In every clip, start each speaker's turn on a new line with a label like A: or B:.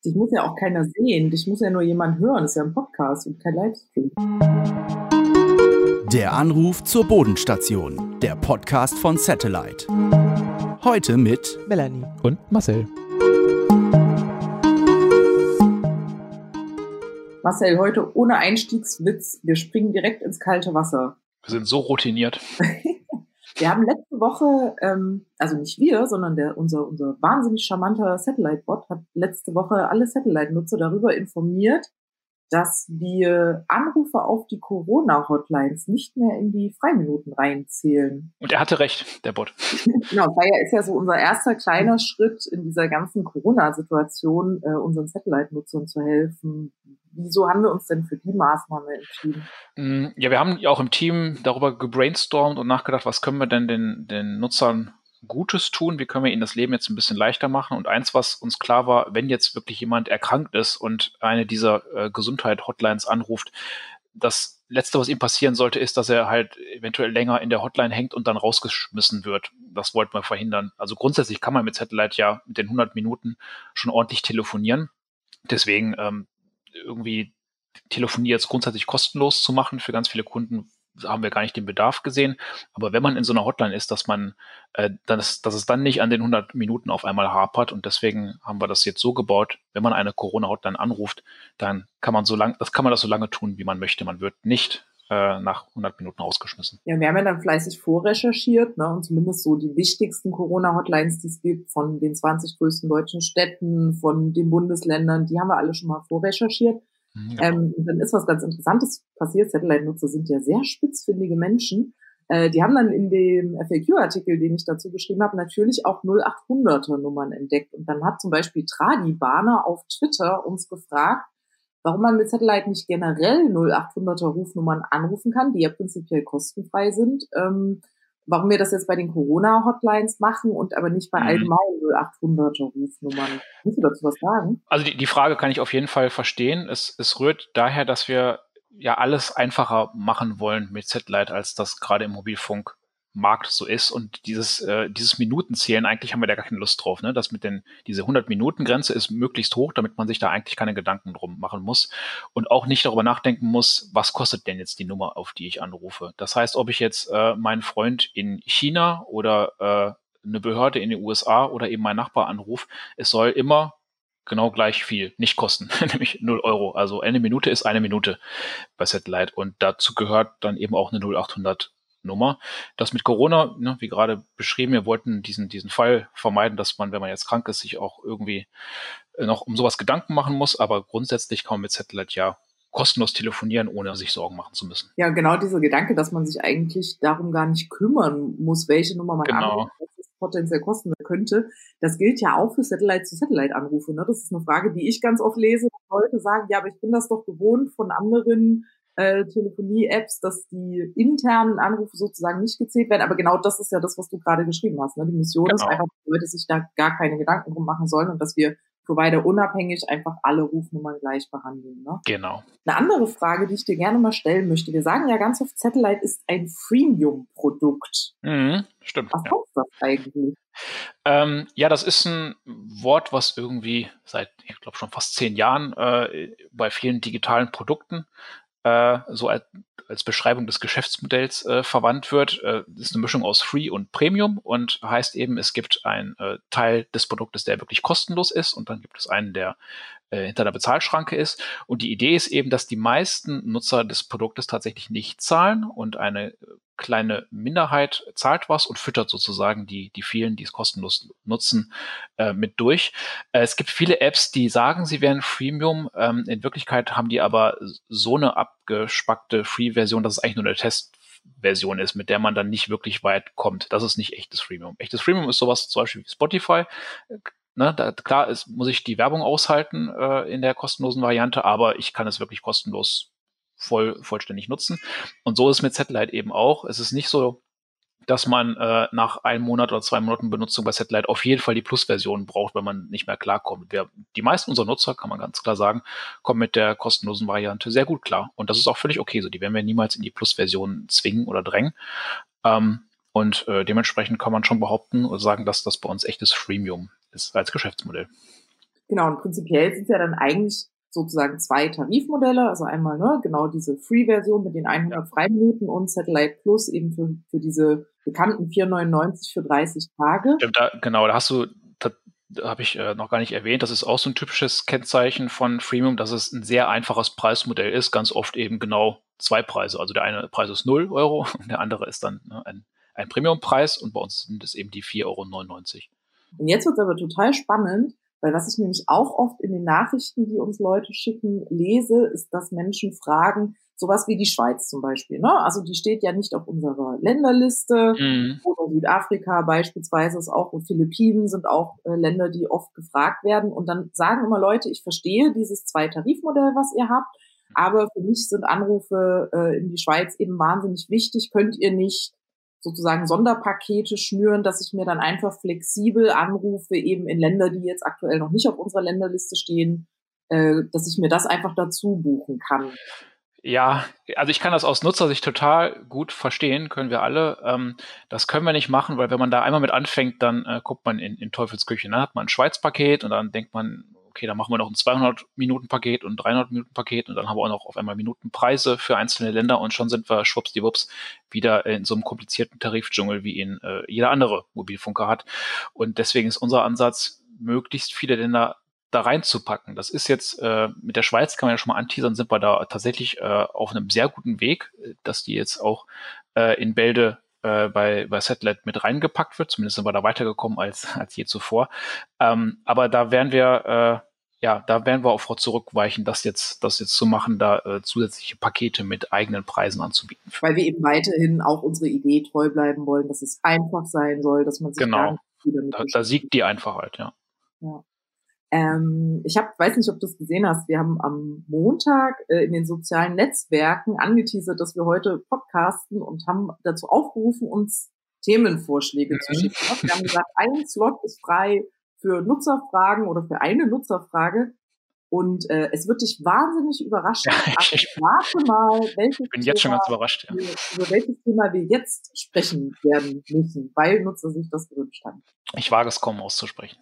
A: Dich muss ja auch keiner sehen, dich muss ja nur jemand hören. Das ist ja ein Podcast und kein Livestream.
B: Der Anruf zur Bodenstation, der Podcast von Satellite. Heute mit
C: Melanie und Marcel.
A: Marcel, heute ohne Einstiegswitz. Wir springen direkt ins kalte Wasser.
D: Wir sind so routiniert.
A: Wir haben letzte Woche, also nicht wir, sondern unser wahnsinnig charmanter Satellite-Bot hat letzte Woche alle Satellite-Nutzer darüber informiert, dass wir Anrufe auf die Corona-Hotlines nicht mehr in die Freiminuten reinzählen.
D: Und er hatte recht, der Bot.
A: Genau, das ist ja so unser erster kleiner Schritt in dieser ganzen Corona-Situation, unseren Satellite-Nutzern zu helfen. Wieso haben wir uns denn für die Maßnahme entschieden?
D: Ja, wir haben ja auch im Team darüber gebrainstormt und nachgedacht, was können wir denn den Nutzern Gutes tun, wie können wir ihnen das Leben jetzt ein bisschen leichter machen. Und eins, was uns klar war, wenn jetzt wirklich jemand erkrankt ist und eine dieser Gesundheit-Hotlines anruft, das Letzte, was ihm passieren sollte, ist, dass er halt eventuell länger in der Hotline hängt und dann rausgeschmissen wird. Das wollten wir verhindern. Also grundsätzlich kann man mit Satellite ja mit den 100 Minuten schon ordentlich telefonieren. Deswegen irgendwie Telefonie jetzt grundsätzlich kostenlos zu machen für ganz viele Kunden, haben wir gar nicht den Bedarf gesehen. Aber wenn man in so einer Hotline ist, dass man, dass es dann nicht an den 100 Minuten auf einmal hapert. Und deswegen haben wir das jetzt so gebaut, wenn man eine Corona-Hotline anruft, dann kann man das so lange tun, wie man möchte. Man wird nicht nach 100 Minuten rausgeschmissen.
A: Ja, wir haben ja dann fleißig vorrecherchiert, ne, und zumindest so die wichtigsten Corona-Hotlines, die es gibt, von den 20 größten deutschen Städten, von den Bundesländern, die haben wir alle schon mal vorrecherchiert. Ja. Und dann ist was ganz Interessantes passiert. Satellite-Nutzer sind ja sehr spitzfindige Menschen. Die haben dann in dem FAQ-Artikel, den ich dazu geschrieben habe, natürlich auch 0800er-Nummern entdeckt. Und dann hat zum Beispiel Tradibahner auf Twitter uns gefragt, warum man mit Satellite nicht generell 0800er-Rufnummern anrufen kann, die ja prinzipiell kostenfrei sind. Warum wir das jetzt bei den Corona-Hotlines machen und aber nicht bei allgemeinen 0800er-Rufnummern. Kannst du dazu was sagen?
D: Also die Frage kann ich auf jeden Fall verstehen. Es rührt daher, dass wir ja alles einfacher machen wollen mit Satellite, als das gerade im Mobilfunkmarkt so ist. Und dieses Minutenzählen, eigentlich haben wir da gar keine Lust drauf. Ne? Das diese 100-Minuten-Grenze ist möglichst hoch, damit man sich da eigentlich keine Gedanken drum machen muss und auch nicht darüber nachdenken muss, was kostet denn jetzt die Nummer, auf die ich anrufe. Das heißt, ob ich jetzt meinen Freund in China oder eine Behörde in den USA oder eben meinen Nachbar anrufe, es soll immer genau gleich viel nicht kosten, nämlich 0 Euro. Also eine Minute ist eine Minute bei Satellite und dazu gehört dann eben auch eine 0800 Nummer. Das mit Corona, ne, wie gerade beschrieben, wir wollten diesen Fall vermeiden, dass man, wenn man jetzt krank ist, sich auch irgendwie noch um sowas Gedanken machen muss, aber grundsätzlich kann man mit Satellite ja kostenlos telefonieren, ohne sich Sorgen machen zu müssen.
A: Ja, genau dieser Gedanke, dass man sich eigentlich darum gar nicht kümmern muss, welche Nummer man anruft, was es potenziell kosten könnte, das gilt ja auch für Satellite-zu-Satellite-Anrufe. Ne? Das ist eine Frage, die ich ganz oft lese, dass Leute sagen, ja, aber ich bin das doch gewohnt von anderen Telefonie-Apps, dass die internen Anrufe sozusagen nicht gezählt werden. Aber genau das ist ja das, was du gerade geschrieben hast. Ne? Die Mission ist einfach, dass Leute sich da gar keine Gedanken drum machen sollen und dass wir Provider unabhängig einfach alle Rufnummern gleich behandeln. Ne?
D: Genau.
A: Eine andere Frage, die ich dir gerne mal stellen möchte. Wir sagen ja ganz oft, Satellite ist ein Freemium-Produkt.
D: Stimmt.
A: Was heißt das eigentlich?
D: Ja, das ist ein Wort, was irgendwie seit, ich glaube, schon fast 10 Jahren bei vielen digitalen Produkten so als Beschreibung des Geschäftsmodells verwandt wird. Das ist eine Mischung aus Free und Premium und heißt eben, es gibt einen Teil des Produktes, der wirklich kostenlos ist und dann gibt es einen, der hinter der Bezahlschranke ist. Und die Idee ist eben, dass die meisten Nutzer des Produktes tatsächlich nicht zahlen und eine kleine Minderheit zahlt was und füttert sozusagen die vielen, die es kostenlos nutzen, mit durch. Es gibt viele Apps, die sagen, sie wären Freemium. In Wirklichkeit haben die aber so eine abgespackte Free-Version, dass es eigentlich nur eine Testversion ist, mit der man dann nicht wirklich weit kommt. Das ist nicht echtes Freemium. Echtes Freemium ist sowas zum Beispiel wie Spotify. Ne, klar muss ich die Werbung aushalten in der kostenlosen Variante, aber ich kann es wirklich kostenlos vollständig nutzen. Und so ist es mit Satellite eben auch. Es ist nicht so, dass man nach 1 Monat oder 2 Monaten Benutzung bei Satellite auf jeden Fall die Plus-Version braucht, wenn man nicht mehr klarkommt. Die meisten unserer Nutzer, kann man ganz klar sagen, kommen mit der kostenlosen Variante sehr gut klar. Und das ist auch völlig okay so. Die werden wir niemals in die Plus-Version zwingen oder drängen. Und dementsprechend kann man schon behaupten oder sagen, dass das bei uns echtes Freemium ist als Geschäftsmodell.
A: Genau, und prinzipiell sind es ja dann eigentlich sozusagen 2 Tarifmodelle, also einmal genau diese Free-Version mit den 100 Freiminuten und Satellite Plus eben für diese bekannten 4,99 für 30 Tage.
D: Stimmt, da habe ich noch gar nicht erwähnt, das ist auch so ein typisches Kennzeichen von Freemium, dass es ein sehr einfaches Preismodell ist, ganz oft eben genau 2 Preise. Also der eine Preis ist 0 Euro und der andere ist dann ein Premiumpreis und bei uns sind es eben die 4,99 Euro.
A: Und jetzt wird es aber total spannend, weil was ich nämlich auch oft in den Nachrichten, die uns Leute schicken, lese, ist, dass Menschen fragen, sowas wie die Schweiz zum Beispiel, ne? Also die steht ja nicht auf unserer Länderliste. Oder Südafrika beispielsweise ist auch, und Philippinen sind auch Länder, die oft gefragt werden. Und dann sagen immer Leute, ich verstehe dieses 2-Tarifmodell, was ihr habt, aber für mich sind Anrufe in die Schweiz eben wahnsinnig wichtig. Könnt ihr nicht sozusagen Sonderpakete schnüren, dass ich mir dann einfach flexibel Anrufe eben in Länder, die jetzt aktuell noch nicht auf unserer Länderliste stehen, dass ich mir das einfach dazu buchen kann?
D: Ja, also ich kann das aus Nutzersicht total gut verstehen, können wir alle. Das können wir nicht machen, weil wenn man da einmal mit anfängt, dann guckt man in Teufelsküche. Ne? Hat man ein Schweiz-Paket und dann denkt man, okay, dann machen wir noch ein 200-Minuten-Paket und ein 300-Minuten-Paket und dann haben wir auch noch auf einmal Minutenpreise für einzelne Länder und schon sind wir schwuppsdiwupps wieder in so einem komplizierten Tarifdschungel, wie ihn jeder andere Mobilfunker hat. Und deswegen ist unser Ansatz, möglichst viele Länder da reinzupacken. Das ist jetzt, mit der Schweiz kann man ja schon mal anteasern, sind wir da tatsächlich auf einem sehr guten Weg, dass die jetzt auch in Bälde bei Satellite mit reingepackt wird. Zumindest sind wir da weitergekommen als je zuvor. Aber da werden wir auch vor zurückweichen, das jetzt zu machen, da zusätzliche Pakete mit eigenen Preisen anzubieten.
A: Weil wir eben weiterhin auch unsere Idee treu bleiben wollen, dass es einfach sein soll, dass man sich
D: genau, da siegt die Einfachheit, ja.
A: Ich weiß nicht, ob du es gesehen hast, wir haben am Montag in den sozialen Netzwerken angeteasert, dass wir heute podcasten und haben dazu aufgerufen, uns Themenvorschläge zu schicken. Wir haben gesagt, ein Slot ist frei für Nutzerfragen oder für eine Nutzerfrage. Und es wird dich wahnsinnig überraschen. Ich warte mal, über welches Thema wir jetzt sprechen werden müssen, weil Nutzer sich das gewünscht haben.
D: Ich wage es kaum auszusprechen.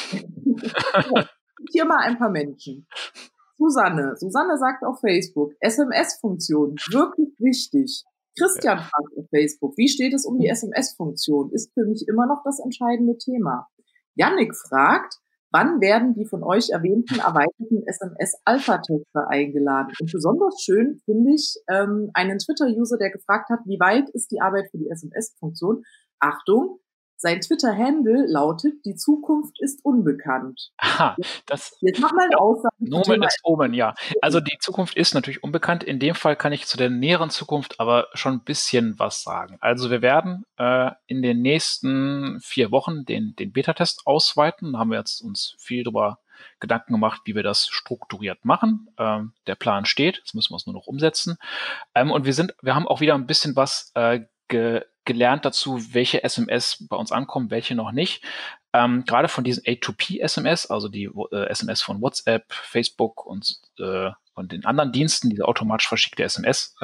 A: Hier mal ein paar Menschen. Susanne sagt auf Facebook, SMS-Funktion, wirklich wichtig. Christian fragt auf Facebook, wie steht es um die SMS-Funktion? Ist für mich immer noch das entscheidende Thema. Yannick fragt, wann werden die von euch erwähnten erweiterten SMS-Alpha-Tester eingeladen? Und besonders schön finde ich einen Twitter-User, der gefragt hat, wie weit ist die Arbeit für die SMS-Funktion? Achtung, sein Twitter-Handle lautet, die Zukunft ist unbekannt.
D: Aha,
A: jetzt mach mal eine Aussage.
D: Nomen ist Omen, ja. Also die Zukunft ist natürlich unbekannt. In dem Fall kann ich zu der näheren Zukunft aber schon ein bisschen was sagen. Also wir werden in den nächsten 4 Wochen den Beta-Test ausweiten. Da haben wir jetzt uns viel drüber Gedanken gemacht, wie wir das strukturiert machen. Der Plan steht, jetzt müssen wir es nur noch umsetzen. Und wir haben auch wieder ein bisschen was gelernt dazu, welche SMS bei uns ankommen, welche noch nicht. Gerade von diesen A2P-SMS, also die SMS von WhatsApp, Facebook und den anderen Diensten, diese automatisch verschickte SMS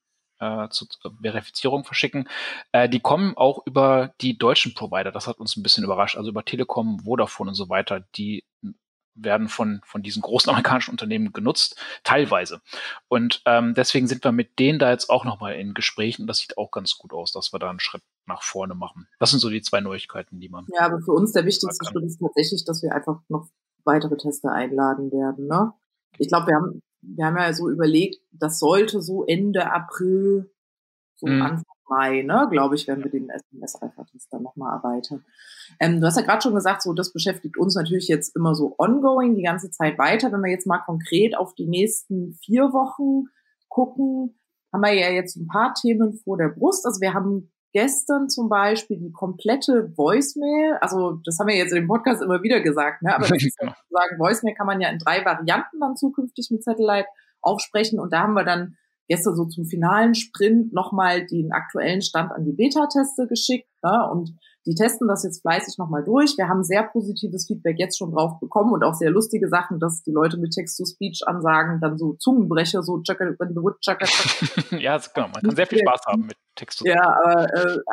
D: zur Verifizierung verschicken, die kommen auch über die deutschen Provider. Das hat uns ein bisschen überrascht. Also über Telekom, Vodafone und so weiter, die werden von diesen großen amerikanischen Unternehmen genutzt, teilweise. Und deswegen sind wir mit denen da jetzt auch nochmal in Gesprächen und das sieht auch ganz gut aus, dass wir da einen Schritt nach vorne machen. Das sind so die 2 Neuigkeiten, die man...
A: Ja, aber für uns der wichtigste Schritt ist tatsächlich, dass wir einfach noch weitere Tester einladen werden. Ne? Ich glaube, wir haben ja so überlegt, das sollte so Ende April, so Anfang Mai, ne, glaube ich, werden wir den SMS-Alpha-Test dann nochmal erweitern. Du hast ja gerade schon gesagt, so das beschäftigt uns natürlich jetzt immer so ongoing, die ganze Zeit weiter. Wenn wir jetzt mal konkret auf die nächsten 4 Wochen gucken, haben wir ja jetzt ein paar Themen vor der Brust. Also wir haben gestern zum Beispiel die komplette Voicemail, also das haben wir jetzt in dem Podcast immer wieder gesagt, ne, aber das ist sozusagen, Voicemail kann man ja in 3 Varianten dann zukünftig mit Satellite aufsprechen und da haben wir dann gestern so zum finalen Sprint nochmal den aktuellen Stand an die Beta-Tester geschickt, ne? Und die testen das jetzt fleißig nochmal durch. Wir haben sehr positives Feedback jetzt schon drauf bekommen und auch sehr lustige Sachen, dass die Leute mit Text-to-Speech-Ansagen dann so Zungenbrecher, so
D: Ja, genau. Man kann sehr viel Spaß haben mit Text-to-Speech.
A: Ja, aber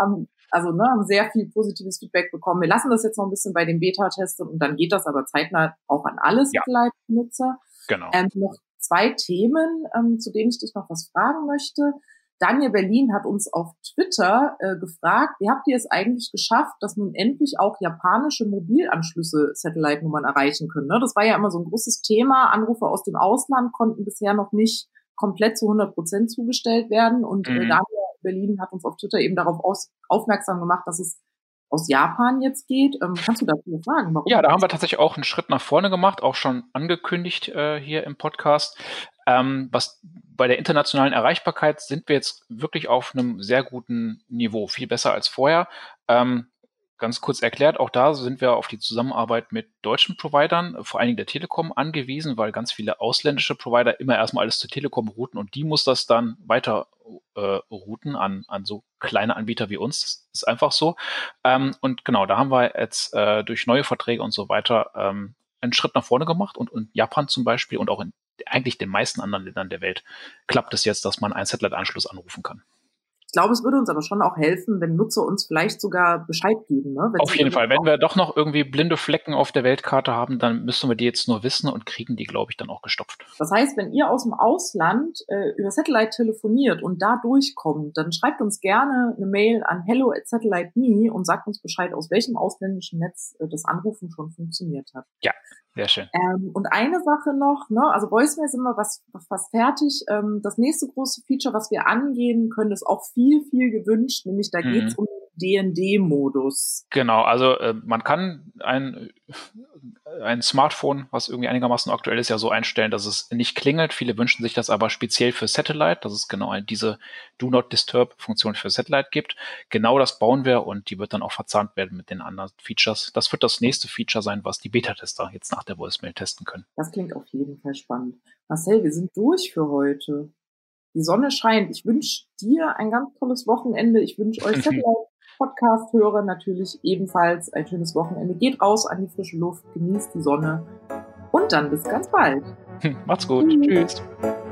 A: Also haben sehr viel positives Feedback bekommen. Wir lassen das jetzt noch ein bisschen bei den Beta-Testen und dann geht das aber zeitnah auch an alle Satellite-Nutzer.
D: Genau.
A: Noch 2 Themen, zu denen ich dich noch was fragen möchte. Daniel Berlin hat uns auf Twitter gefragt, wie habt ihr es eigentlich geschafft, dass nun endlich auch japanische Mobilanschlüsse Satellite-Nummern erreichen können? Ne? Das war ja immer so ein großes Thema. Anrufe aus dem Ausland konnten bisher noch nicht komplett zu 100% zugestellt werden. Und Daniel Berlin hat uns auf Twitter eben darauf aufmerksam gemacht, dass es aus Japan jetzt geht. Kannst du dazu was sagen? Warum?
D: Ja, da haben wir tatsächlich auch einen Schritt nach vorne gemacht, auch schon angekündigt hier im Podcast. Was bei der internationalen Erreichbarkeit sind wir jetzt wirklich auf einem sehr guten Niveau, viel besser als vorher. Ganz kurz erklärt, auch da sind wir auf die Zusammenarbeit mit deutschen Providern, vor allen Dingen der Telekom, angewiesen, weil ganz viele ausländische Provider immer erstmal alles zur Telekom routen und die muss das dann weiter routen an so kleine Anbieter wie uns. Das ist einfach so. Und genau, da haben wir jetzt durch neue Verträge und so weiter einen Schritt nach vorne gemacht und Japan zum Beispiel und auch in eigentlich den meisten anderen Ländern der Welt klappt es jetzt, dass man einen Satellite-Anschluss anrufen kann.
A: Ich glaube, es würde uns aber schon auch helfen, wenn Nutzer uns vielleicht sogar Bescheid geben. Ne?
D: Auf jeden Fall. Wenn wir doch noch irgendwie blinde Flecken auf der Weltkarte haben, dann müssen wir die jetzt nur wissen und kriegen die, glaube ich, dann auch gestopft.
A: Das heißt, wenn ihr aus dem Ausland über Satellite telefoniert und da durchkommt, dann schreibt uns gerne eine Mail an hello@satellite.me und sagt uns Bescheid, aus welchem ausländischen Netz das Anrufen schon funktioniert hat.
D: Ja, sehr schön.
A: Und eine Sache noch, ne? Also Voicemail sind wir fast fertig. Das nächste große Feature, was wir angehen können, ist auch viel, viel gewünscht, nämlich da geht's um den DND-Modus.
D: Genau, also man kann ein Smartphone, was irgendwie einigermaßen aktuell ist, ja so einstellen, dass es nicht klingelt. Viele wünschen sich das aber speziell für Satellite, dass es genau diese Do Not Disturb-Funktion für Satellite gibt. Genau das bauen wir und die wird dann auch verzahnt werden mit den anderen Features. Das wird das nächste Feature sein, was die Beta-Tester jetzt nach der Voicemail testen können.
A: Das klingt auf jeden Fall spannend. Marcel, wir sind durch für heute. Die Sonne scheint. Ich wünsche dir ein ganz tolles Wochenende. Ich wünsche euch Satellite-Podcast-Hörer natürlich ebenfalls ein schönes Wochenende. Geht raus an die frische Luft, genießt die Sonne und dann bis ganz bald.
D: Macht's gut. Tschüss.